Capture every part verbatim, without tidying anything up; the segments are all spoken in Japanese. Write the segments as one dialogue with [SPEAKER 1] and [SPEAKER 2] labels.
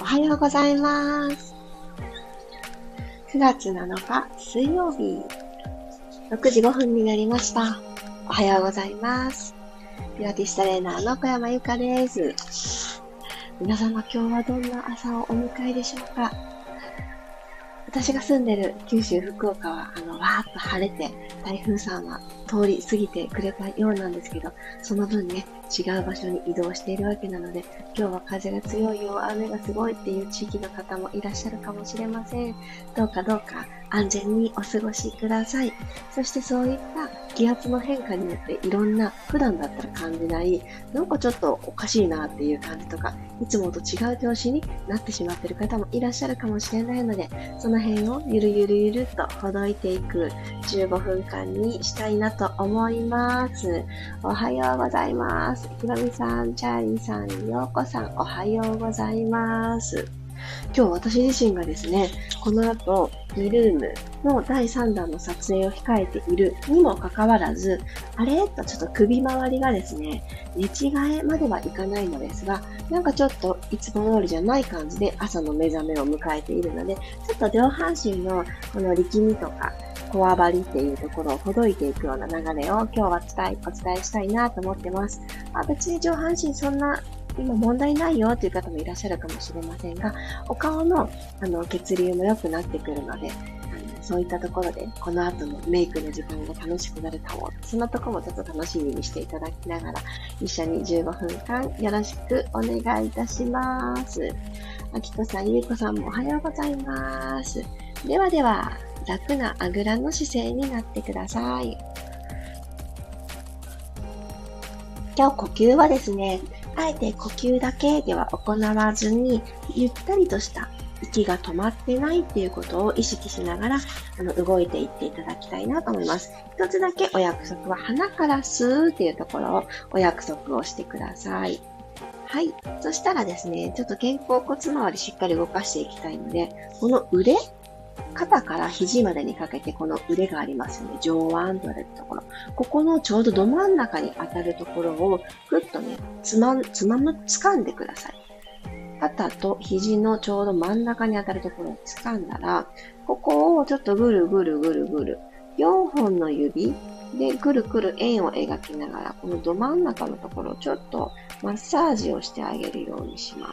[SPEAKER 1] はようございます。くがつなのか水曜日、ろくじごふんになりました。おはようございます。ピラティストレーナーの小山由かです。皆様今日はどんな朝をお迎えでしょうか。私が住んでる九州福岡はあのわーっと晴れて台風さんは通り過ぎてくれたようなんですけど、その分ね違う場所に移動しているわけなので、今日は風が強いよ、雨がすごいっていう地域の方もいらっしゃるかもしれません。どうかどうか安全にお過ごしください。そしてそういった気圧の変化によっていろんな普段だったら感じないなんかちょっとおかしいなっていう感じとか、いつもと違う調子になってしまっている方もいらっしゃるかもしれないので、その辺をゆるゆるゆるっとほどいていくじゅうごふんかんにしたいなと思います。おはようございます。ひろみさん、チャーリーさん、ようこさん、おはようございます。今日私自身がですね、この後、リルームのだいさんだんの撮影を控えているにもかかわらず、あれとちょっと首周りがですね、寝違えまではいかないのですが、なんかちょっといつも通りじゃない感じで朝の目覚めを迎えているので、ちょっと上半身のこの力みとか、こわばりっていうところをほどいていくような流れを今日は伝え、お伝えしたいなと思ってます。あ、別に上半身そんな今問題ないよという方もいらっしゃるかもしれませんが、お顔のあの血流も良くなってくるので、あのそういったところでこの後のメイクの時間が楽しくなるかも。そのところもちょっと楽しみにしていただきながら、一緒にじゅうごふんかんよろしくお願いいたします。あきこさん、ゆいこさんもおはようございます。ではでは、楽なあぐらの姿勢になってください。今日呼吸はですね、あえて呼吸だけでは行わずに、ゆったりとした息が止まってないっていうことを意識しながらあの動いていっていただきたいなと思います。一つだけお約束は鼻から吸うっていうところをお約束をしてください。はい。そしたらですね、ちょっと肩甲骨周りしっかり動かしていきたいので、この腕肩から肘までにかけてこの腕がありますよね。上腕と言われるところ。ここのちょうどど真ん中に当たるところをぐっとね、つまん、つまむ、掴んでください。肩と肘のちょうど真ん中に当たるところを掴んだら、ここをちょっとぐるぐるぐるぐる。よんほんの指でぐるぐる円を描きながら、このど真ん中のところをちょっとマッサージをしてあげるようにします。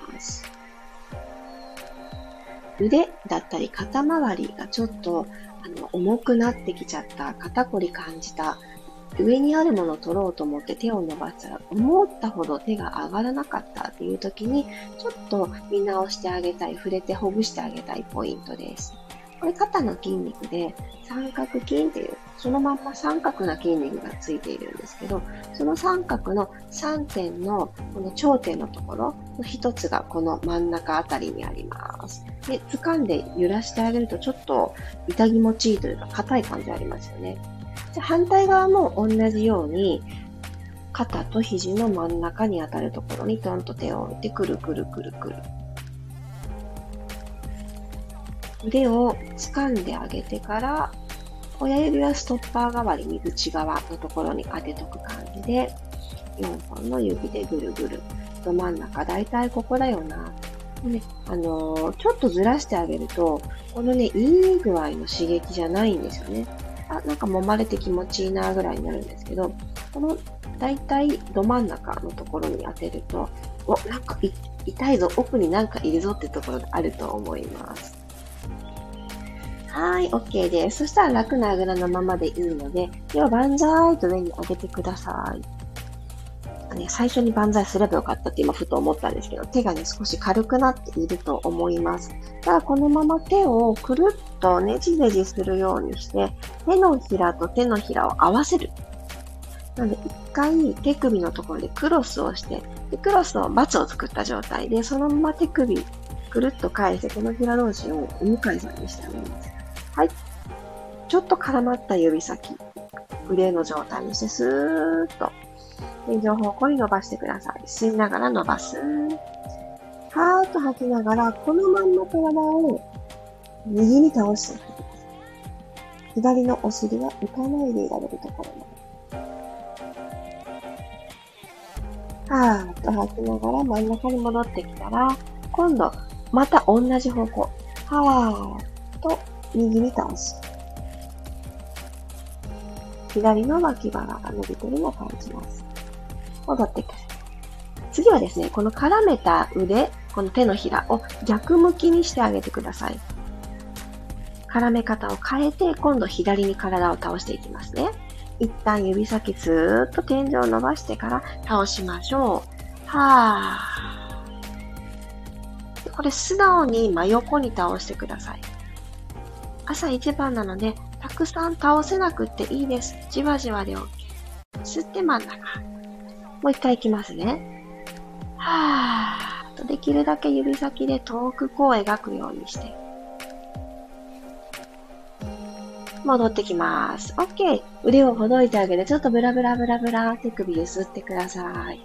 [SPEAKER 1] 腕だったり肩周りがちょっとあの重くなってきちゃった、肩こり感じた、上にあるものを取ろうと思って手を伸ばしたら思ったほど手が上がらなかったっていう時にちょっと見直してあげたい、触れてほぐしてあげたいポイントです。これ肩の筋肉で三角筋っていうそのまんま三角な筋肉がついているんですけど、その三角のさんてんのこの頂点のところの一つがこの真ん中あたりにあります。で、掴んで揺らしてあげるとちょっと痛気持ちいいというか硬い感じありますよね。で、反対側も同じように肩と肘の真ん中に当たるところにトンと手を置いてくるくるくるくる。腕を掴んであげてから、親指はストッパー代わりに内側のところに当てとく感じで、よんほんの指でぐるぐる。ど真ん中、だいたいここだよな。ね、あのー、ちょっとずらしてあげると、このね、いい具合の刺激じゃないんですよね。あ、なんか揉まれて気持ちいいなぐらいになるんですけど、このだいたいど真ん中のところに当てると、お、なんか痛いぞ、奥になんかいるぞってところがあると思います。はい、OK です。そしたら楽なあぐらのままでいいので、手を万歳と上に上げてください。ね、最初に万歳すればよかったって今ふと思ったんですけど、手がね、少し軽くなっていると思います。ただこのまま手をくるっとねじねじするようにして、手のひらと手のひらを合わせる。なので、一回手首のところでクロスをして、でクロスをバツを作った状態で、そのまま手首、くるっと返して、このひら同士をお向かいさんにしてあげます。はい。ちょっと絡まった指先、腕の状態にして、スーッと、天井方向に伸ばしてください。吸いながら伸ばす。はーっと吐きながら、このまんま体を右に倒していきます。左のお尻は浮かないでいられるところまで。はーっと吐きながら真ん中に戻ってきたら、今度、 また同じ方向。はーと、右に倒す。左の脇腹が伸びてるのを感じます。戻ってくる。次はですね、この絡めた腕、この手のひらを逆向きにしてあげてください。絡め方を変えて、今度左に体を倒していきますね。一旦指先ずーっと天井を伸ばしてから倒しましょう。はー。これ素直に真横に倒してください。朝一番なので、たくさん倒せなくていいです。じわじわで OK。吸って真ん中。もう一回いきますね。はーと、できるだけ指先で遠くこう描くようにして。戻ってきます。OK。腕をほどいてあげて、ちょっとブラブラブラブラ手首ゆすってください。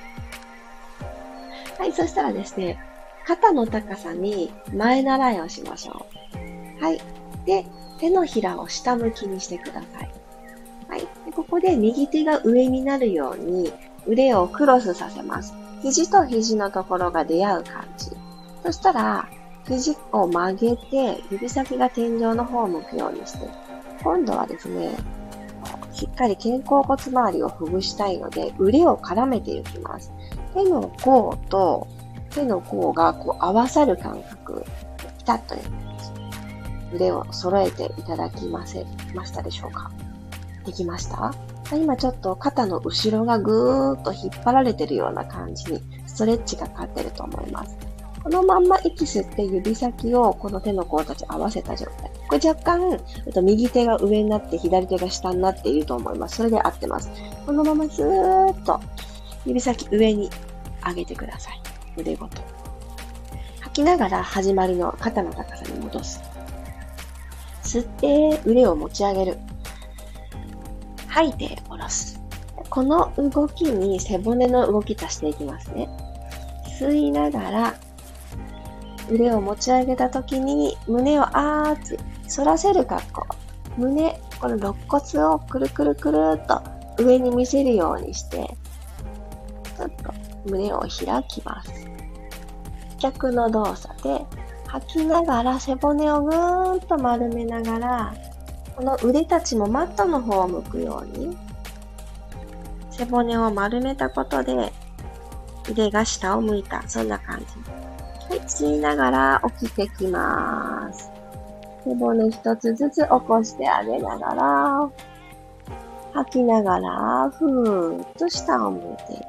[SPEAKER 1] はい、そしたらですね、肩の高さに前習いをしましょう。はい。で、手のひらを下向きにしてください。はい。でここで右手が上になるように腕をクロスさせます。肘と肘のところが出会う感じ。そしたら、肘を曲げて指先が天井の方を向くようにして、今度はですね、しっかり肩甲骨周りをほぐしたいので、腕を絡めていきます。手の甲と手の甲がこう合わさる感覚、ピタッとね、腕を揃えていただきませましたでしょうか？できました？今ちょっと肩の後ろがぐーっと引っ張られてるような感じにストレッチがかかってると思います。このまんま息吸って指先をこの手の甲たち合わせた状態。これ若干、えっと、右手が上になって左手が下になっていると思います。それで合ってます。このままずーっと指先上に上げてください。腕ごと。吐きながら始まりの肩の高さに戻す。吸って腕を持ち上げる。吐いて下ろす。この動きに背骨の動き足していきますね。吸いながら腕を持ち上げたときに胸をアーチ、反らせる格好。胸、この肋骨をくるくるくるっと上に見せるようにして、ちょっと胸を開きます。逆の動作で吐きながら背骨をぐーんと丸めながら、この腕たちもマットの方を向くように、背骨を丸めたことで腕が下を向いた、そんな感じ。はい、吸いながら起きてきます。背骨一つずつ起こしてあげながら、吐きながら、ふーっと下を向いていく。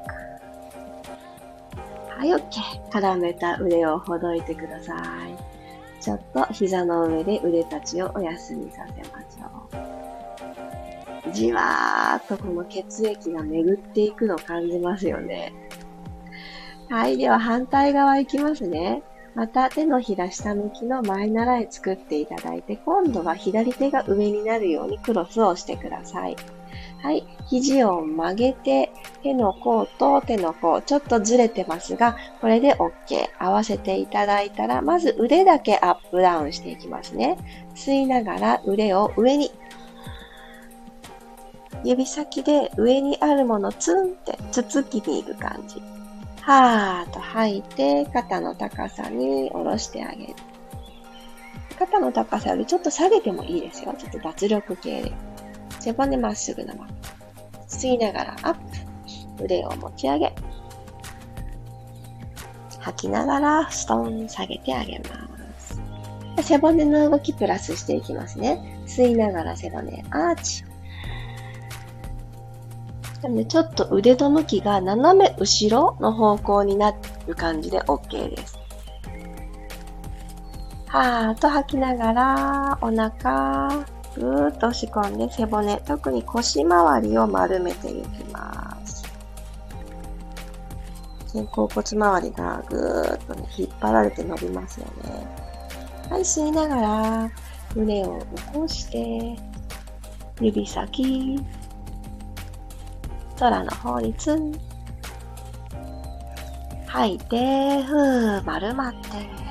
[SPEAKER 1] はい、OK。絡めた腕をほどいてください。ちょっと膝の上で腕たちをお休みさせましょう。じわーっとこの血液が巡っていくのを感じますよね。はい。では反対側行きますね。また手のひら下向きの前習い作っていただいて、今度は左手が上になるようにクロスをしてください。はい。肘を曲げて、手の甲と手の甲、ちょっとずれてますが、これで OK。合わせていただいたら、まず腕だけアップダウンしていきますね。吸いながら腕を上に。指先で上にあるものツンってつつきに行く感じ。はーっと吐いて、肩の高さに下ろしてあげる。肩の高さよりちょっと下げてもいいですよ。ちょっと脱力系で。背骨まっすぐなまま。吸いながらアップ。腕を持ち上げ。吐きながらストーン下げてあげます。背骨の動きプラスしていきますね。吸いながら背骨アーチ。でもね、ちょっと腕の向きが斜め後ろの方向になる感じで OK です。はーっと吐きながらお腹ぐーっと押し込んで背骨、特に腰回りを丸めていきます。肩甲骨周りがぐーっとね、引っ張られて伸びますよね。はい、吸いながら胸を起こして指先空の方にツン。吐いて、ふー、丸まって。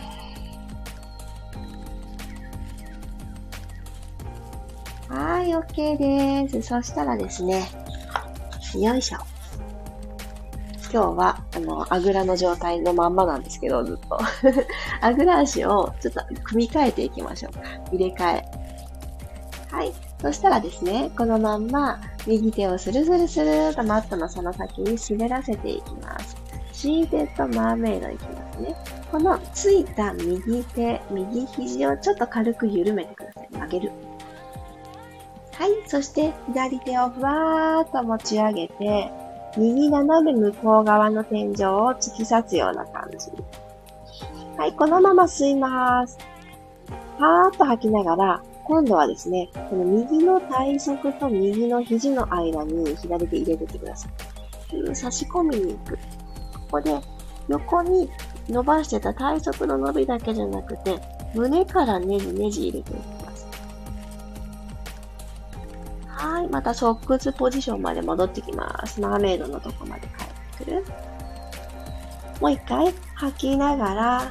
[SPEAKER 1] はい、OK です。そしたらですね、よいしょ。 今日は、あの、あぐらの状態のまんまなんですけど、ずっと。あぐら足をちょっと組み替えていきましょうか。入れ替え。はい。そしたらですね、このまんま、右手をスルスルスルーとマットのその先に滑らせていきます。シーテッドマーメイドいきますね。このついた右手、右肘をちょっと軽く緩めてください。曲げる。はい。そして左手をふわーっと持ち上げて、右斜め向こう側の天井を突き刺すような感じ。はい。このまま吸います。はーっと吐きながら、今度はですね、この右の体側と右の肘の間に左手入れててください。差し込みに行く。ここで横に伸ばしてた体側の伸びだけじゃなくて、胸からネジネジ入れていきます。はい。またソックスポジションまで戻ってきます。マーメイドのとこまで帰ってくる。もう一回吐きながら、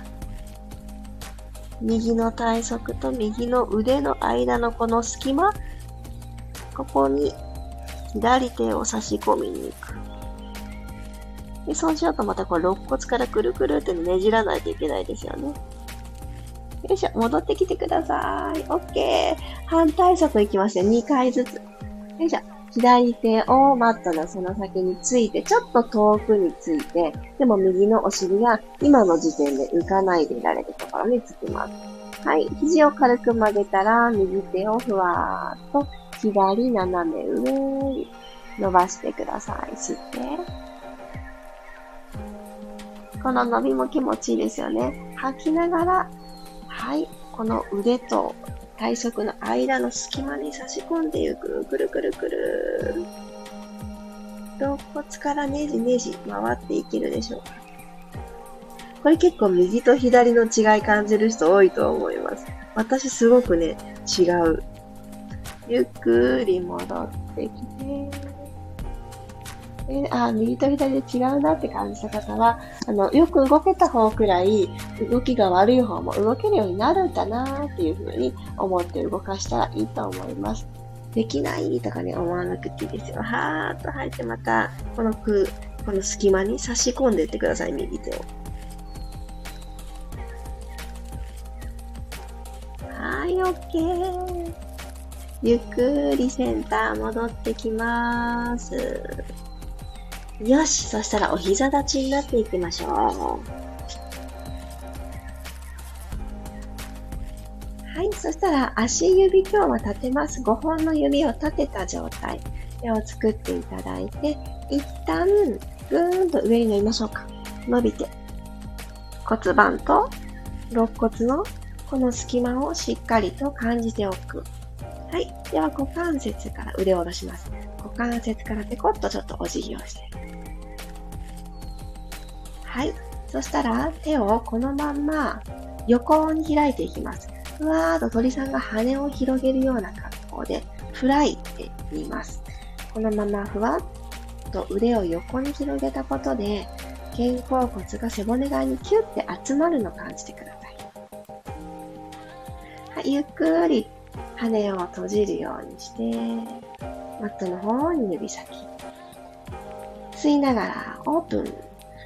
[SPEAKER 1] 右の体側と右の腕の間のこの隙間、ここに左手を差し込みに行く。で、そうしようとまたこう肋骨からくるくるってねじらないといけないですよね。よいしょ、戻ってきてください。OK。反対側行きますよ。にかいずつ。よいしょ。左手をマットのその先について、ちょっと遠くについて、でも右のお尻が今の時点で浮かないでいられるところにつきます。はい。肘を軽く曲げたら、右手をふわーっと左斜め上に伸ばしてください。吸って。この伸びも気持ちいいですよね。吐きながら、はい。この腕と体側の間の隙間に差し込んでいく。くるくるくる。肋骨からネジネジ回っていけるでしょうか。これ結構右と左の違い感じる人多いと思います。私すごくね、違う。ゆっくり戻ってきて。であ、右と左で違うなって感じた方は、あの、よく動けた方くらい、動きが悪い方も動けるようになるんだなっていう風に思って動かしたらいいと思います。できないとかね、思わなくていいですよ。はーっと吐いてまた、この空、この隙間に差し込んでいってください、右手を。はい、OK。ゆっくりセンター戻ってきます。よし、そしたらお膝立ちになっていきましょう。はい、そしたら足指今日は立てます。ごほんの指を立てた状態。手を作っていただいて、一旦ぐーんと上に伸びましょうか。伸びて、骨盤と肋骨のこの隙間をしっかりと感じておく。はい、では股関節から腕を下ろします。股関節からペコッとちょっとお辞儀をして。はい。そしたら手をこのまんま横に開いていきます。ふわーっと鳥さんが羽を広げるような格好でフライって言います。このままふわっと腕を横に広げたことで肩甲骨が背骨側にキュッて集まるのを感じてください。はい、ゆっくり羽を閉じるようにしてマットの方に指先。吸いながらオープン。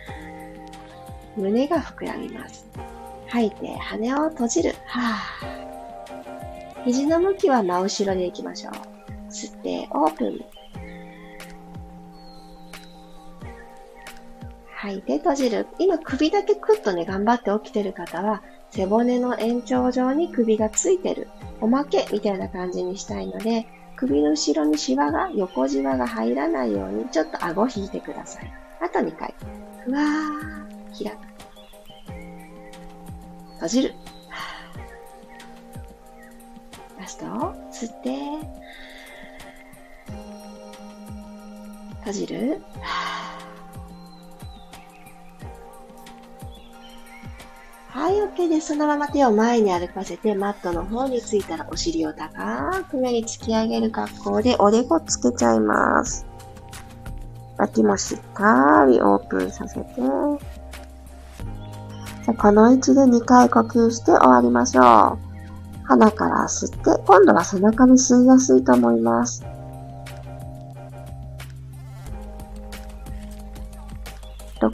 [SPEAKER 1] 胸が膨らみます。吐いて羽を閉じる。はぁ。肘の向きは真後ろでいきましょう。吸ってオープン。吐いて閉じる。今首だけクッとね、頑張って起きてる方は、背骨の延長上に首がついてる。おまけみたいな感じにしたいので、首の後ろにシワが、横じわが入らないように、ちょっと顎引いてください。あとにかい。ふわー、開く。閉じる。ラスト、吸って、閉じる。はい、OK です。そのまま手を前に歩かせて、マットの方についたらお尻を高く上に突き上げる格好でおでこつけちゃいます。脇もしっかりオープンさせて、じゃこの位置でにかい呼吸して終わりましょう。鼻から吸って、今度は背中に吸いやすいと思います。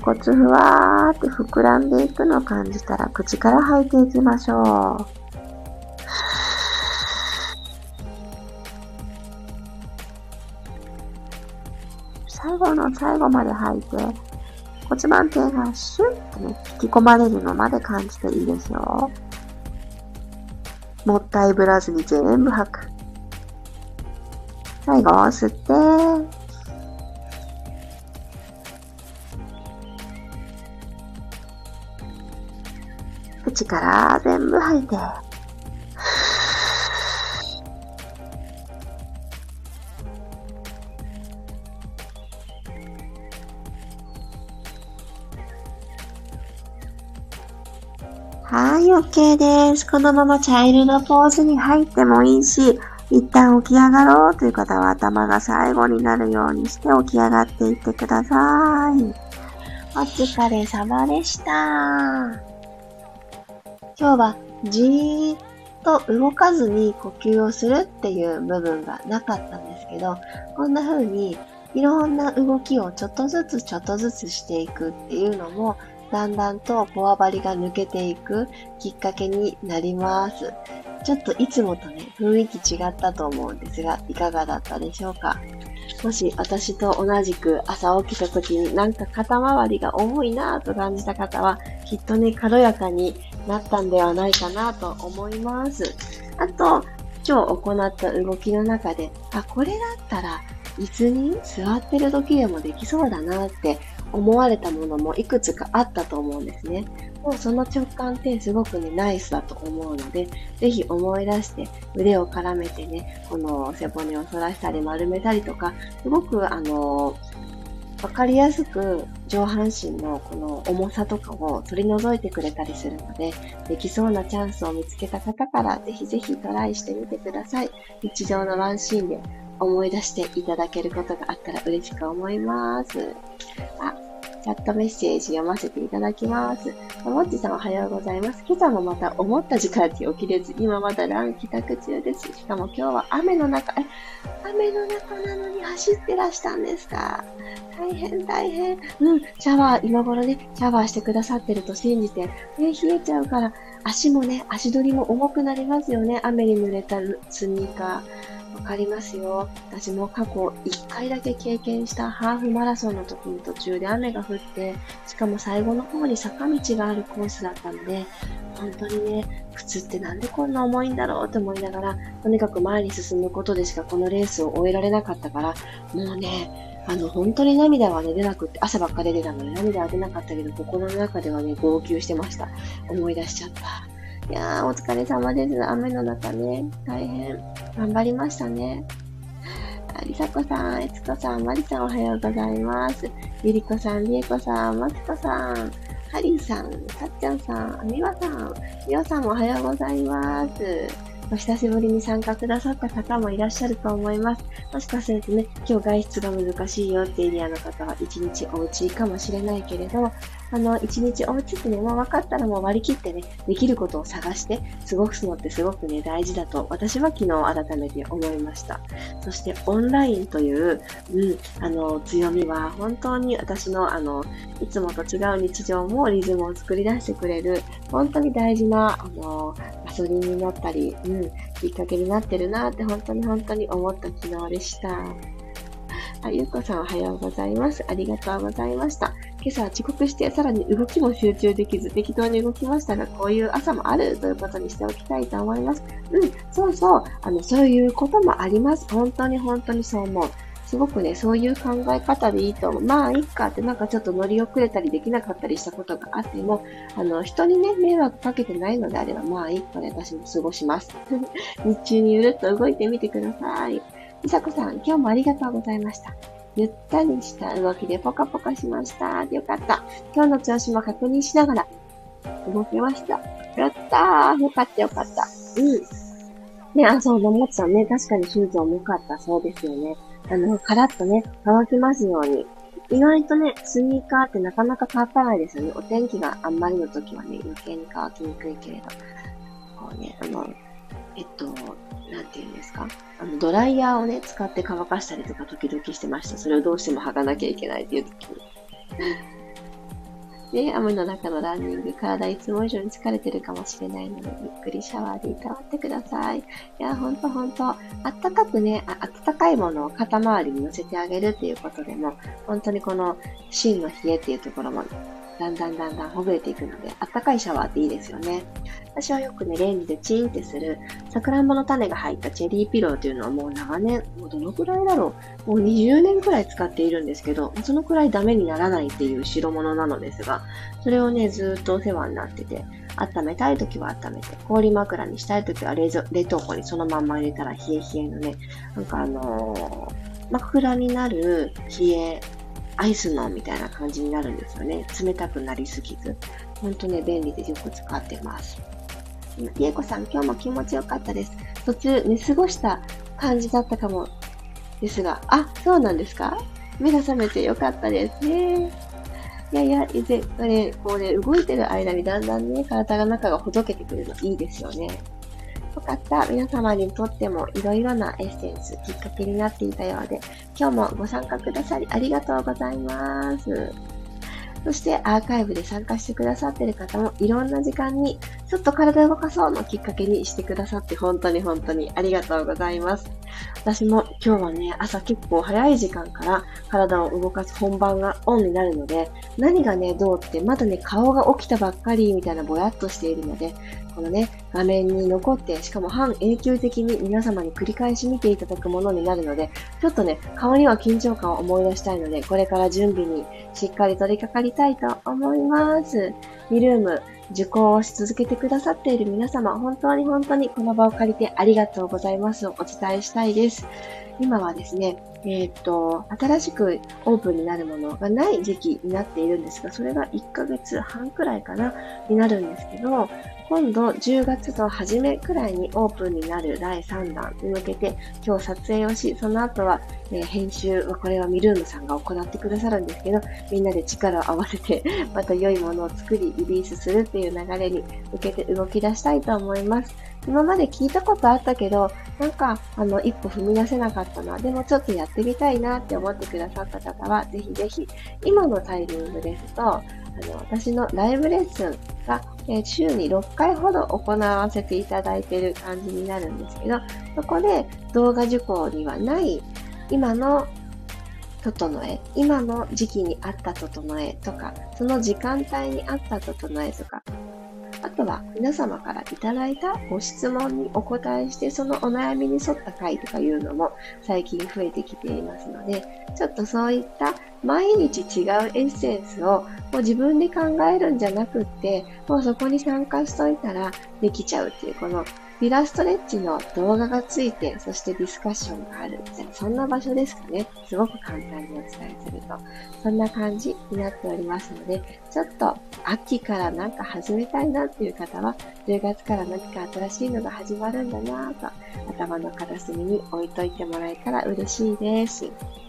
[SPEAKER 1] 骨ふわーって膨らんでいくのを感じたら口から吐いていきましょう。最後の最後まで吐いて骨盤底がシュッとね引き込まれるのまで感じていいですよ。もったいぶらずに全部吐く。最後吸って口から全部吐いてはい、OK です。このままチャイルドポーズに入ってもいいし、一旦起き上がろうという方は頭が最後になるようにして起き上がっていってください。お疲れ様でした。今日はじーっと動かずに呼吸をするっていう部分がなかったんですけど、こんな風にいろんな動きをちょっとずつちょっとずつしていくっていうのもだんだんとこわばりが抜けていくきっかけになります。ちょっといつもとね、雰囲気違ったと思うんですが、いかがだったでしょうか。もし私と同じく朝起きた時になんか肩周りが重いなぁと感じた方は、きっとね、軽やかになったんではないかなと思います。あと、今日行った動きの中で、あ、これだったら椅子に座ってる時でもできそうだなって思われたものもいくつかあったと思うんですね。もうその直感ってすごくね、ナイスだと思うので、ぜひ思い出して腕を絡めてね、この背骨を反らしたり丸めたりとか、すごくあの、わかりやすく上半身のこの重さとかを取り除いてくれたりするので、できそうなチャンスを見つけた方からぜひぜひトライしてみてください。日常のワンシーンで思い出していただけることがあったら嬉しく思います。あ、チャットメッセージ読ませていただきます。もっちさんおはようございます。今朝もまた思った時間に起きれず、今まだラン帰宅中です。しかも今日は雨の中、え、雨の中なのに走ってらしたんですか？大変大変。うん、シャワー、今頃ね、シャワーしてくださってると信じて、ね、冷えちゃうから、足もね、足取りも重くなりますよね。雨に濡れたスニーカー。わかりますよ。私も過去いっかいだけ経験したハーフマラソンの時に途中で雨が降って、しかも最後の方に坂道があるコースだったので、本当にね、靴ってなんでこんな重いんだろうと思いながら、とにかく前に進むことでしかこのレースを終えられなかったから、もうね、あの、本当に涙はね、出なくって、汗ばっかり出てたのに涙は出なかったけど、心の中ではね、号泣してました。思い出しちゃった。いやー、お疲れ様です。雨の中ね、大変。頑張りましたね。りさこさん、えつこさん、まりさんおはようございます。ゆりこさん、りえこさん、まつこさん、はりさん、さっちゃんさん、みわさん、みわさんもおはようございます。お久しぶりに参加くださった方もいらっしゃると思います。もしかするとね、今日外出が難しいよってエリアの方は一日お家かもしれないけれど、あの、一日お家ってね、もう分かったらもう割り切ってね、できることを探して過ごすのってすごくね、大事だと私は昨日改めて思いました。そしてオンラインという、うん、あの、強みは本当に私のあの、いつもと違う日常もリズムを作り出してくれる、本当に大事な、あの、ガソリンになったり、うん、きっかけになってるなって本当に本当に思った昨日でした。あ、ゆうこさんおはようございます。ありがとうございました。今朝は遅刻してさらに動きも集中できず適当に動きましたが、こういう朝もあるということにしておきたいと思います。うん、そうそう、あの、そういうこともあります。本当に本当にそう思う。すごくね、そういう考え方でいいと思う。まあ、いっかってなんかちょっと乗り遅れたりできなかったりしたことがあっても、あの、人にね、迷惑かけてないのであれば、まあ、いっかで私も過ごします。日中にゆるっと動いてみてください。みさこさん、今日もありがとうございました。ゆったりした動きでポカポカしました。よかった。今日の調子も確認しながら動きました。やったー。よかったよかった。うん。ね、あ、そう、もっちさんね、確かにシューズ重かった。そうですよね。あの、カラッとね、乾きますように。意外とね、スニーカーってなかなか乾かないですよね。お天気があんまりの時はね、余計に乾きにくいけれど。こうね、あの、えっと、なんて言うんですか？あの、ドライヤーをね、使って乾かしたりとか時々してました。それをどうしても剥がなきゃいけないっていう時に。 ね、雨の中のランニング、体いつも以上に疲れてるかもしれないので、ゆっくりシャワーでいたわってください。いや、ほんとほんと、あったかくね、あ暖かいものを肩周りに乗せてあげるっていうことでも、本当にこの芯の冷えっていうところも、だんだんだんだんほぐれていくので、あったかいシャワーっていいですよね。私はよくね、レンジでチーンってする、さくらんぼの種が入ったチェリーピローというのをもう長年、もうどのくらいだろう、もうにじゅうねんくらい使っているんですけど、そのくらいダメにならないっていう代物なのですが、それをね、ずーっとお世話になってて、温めたいときは温めて、氷枕にしたいときは冷蔵冷凍庫にそのまんま入れたら冷え冷えのね、なんかあのー、枕になる冷え、アイスのみたいな感じになるんですよね。冷たくなりすぎず。ほんとね、便利でよく使ってます。りえこさん、今日も気持ちよかったです。途中寝過ごした感じだったかもですが、あ、そうなんですか？目が覚めてよかったですね。いやいや、以前、ね、こうね、動いてる間にだんだんね、体の中がほどけてくるのいいですよね。よかった。皆様にとってもいろいろなエッセンス、きっかけになっていたようで、今日もご参加くださりありがとうございます。そしてアーカイブで参加してくださっている方もいろんな時間にちょっと体を動かそうのきっかけにしてくださって本当に本当にありがとうございます。私も今日はね、朝結構早い時間から体を動かす本番がオンになるので、何がね、どうってまだね、顔が起きたばっかりみたいなぼやっとしているので、このね、画面に残って、しかも半永久的に皆様に繰り返し見ていただくものになるので、ちょっとね、顔には緊張感を思い出したいので、これから準備にしっかり取り掛かりたいと思います。ミルーム、受講をし続けてくださっている皆様、本当に本当にこの場を借りてありがとうございますをお伝えしたいです。今はですね、えっと、新しくオープンになるものがない時期になっているんですが、それがいっかげつはんくらいかな、になるんですけど、今度じゅうがつの初めくらいにオープンになるだいさんだんに向けて今日撮影をし、その後は、えー、編集はこれはミルームさんが行ってくださるんですけど、みんなで力を合わせてまた良いものを作りリリースするっていう流れに向けて動き出したいと思います。今まで聞いたことあったけど、なんかあの一歩踏み出せなかったな、でもちょっとやってみたいなって思ってくださった方は、ぜひぜひ今のタイミングですと、あの私のライブレッスンが、えー、週にろっかいほど行わせていただいている感じになるんですけど、そこで動画受講にはない今の整え、今の時期に合った整えとか、その時間帯に合った整えとか、あとは皆様からいただいたご質問にお答えして、そのお悩みに沿った回とかいうのも最近増えてきていますので、ちょっとそういった毎日違うエッセンスをもう自分で考えるんじゃなくって、もうそこに参加しといたらできちゃうっていう、このピラストレッチの動画がついて、そしてディスカッションがあるみたいな、そんな場所ですかね。すごく簡単にお伝えすると。そんな感じになっておりますので、ちょっと秋からなんか始めたいなっていう方は、じゅうがつから何か新しいのが始まるんだなぁと、頭の片隅に置いといてもらえたら嬉しいです。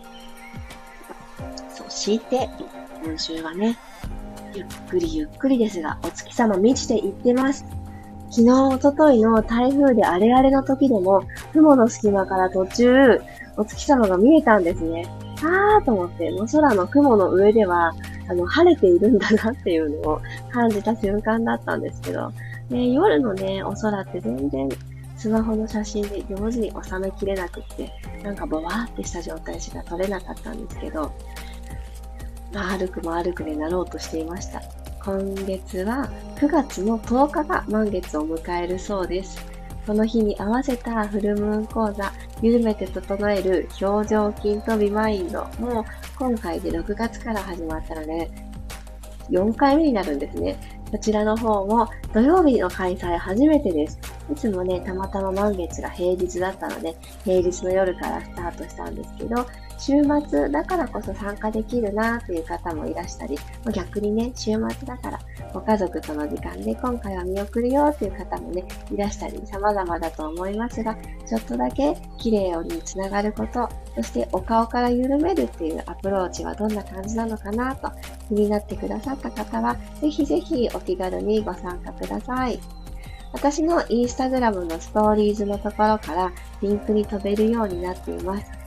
[SPEAKER 1] そして、今週はね、ゆっくりゆっくりですが、お月様満ちていってます。昨日、おとといの台風であれあれの時でも、雲の隙間から途中、お月様が見えたんですね。あーと思って、もう空の雲の上では、あの、晴れているんだなっていうのを感じた瞬間だったんですけど、ね、夜のね、お空って全然、スマホの写真で上手に収めきれなくって、なんかボワーってした状態しか撮れなかったんですけど、丸く丸くになろうとしていました。今月はくがつのとおかが満月を迎えるそうです。この日に合わせたフルムーン講座、緩めて整える表情筋とビマインドも今回でろくがつから始まったので、よんかいめになるんですね。こちらの方も土曜日の開催初めてです。いつもね、たまたま満月が平日だったので、平日の夜からスタートしたんですけど、週末だからこそ参加できるなという方もいらしたり、逆にね、週末だからご家族との時間で今回は見送るよという方もね、いらしたり様々だと思いますが、ちょっとだけ綺麗につながること、そしてお顔から緩めるっていうアプローチはどんな感じなのかなと気になってくださった方は、ぜひぜひお気軽にご参加ください。私のインスタグラムのストーリーズのところからリンクに飛べるようになっています。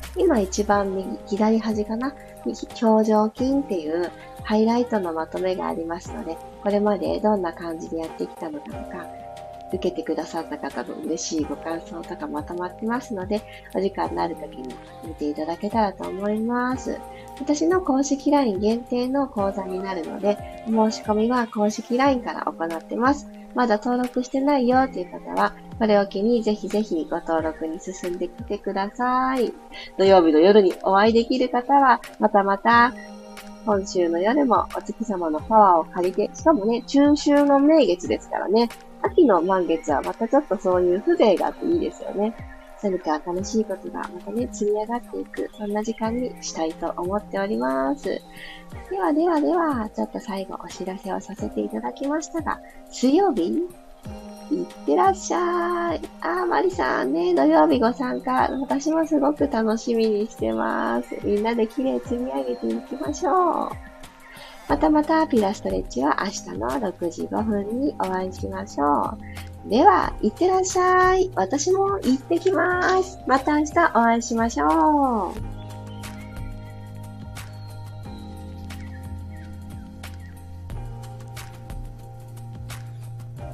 [SPEAKER 1] 今一番右、左端かな、表情筋っていうハイライトのまとめがありますので、これまでどんな感じでやってきたのかとか、受けてくださった方の嬉しいご感想とかまとまってますので、お時間のある時に見ていただけたらと思います。私の公式 ライン 限定の講座になるので、お申し込みは公式 ライン から行ってます。まだ登録してないよという方は、これを機にぜひぜひご登録に進んできてください。土曜日の夜にお会いできる方は、またまた、今週の夜もお月様のパワーを借りて、しかもね、中秋の名月ですからね、秋の満月はまたちょっとそういう風情があっていいですよね。何か楽しいことがまたね、積み上がっていく、そんな時間にしたいと思っております。ではではでは、ちょっと最後お知らせをさせていただきましたが、水曜日いってらっしゃい。あー、マリさんね、土曜日ご参加。私もすごく楽しみにしてます。みんなで綺麗積み上げていきましょう。またまたピラストレッチは明日のろくじごふんにお会いしましょう。では、いってらっしゃい。私も行ってきます。また明日お会いしましょう。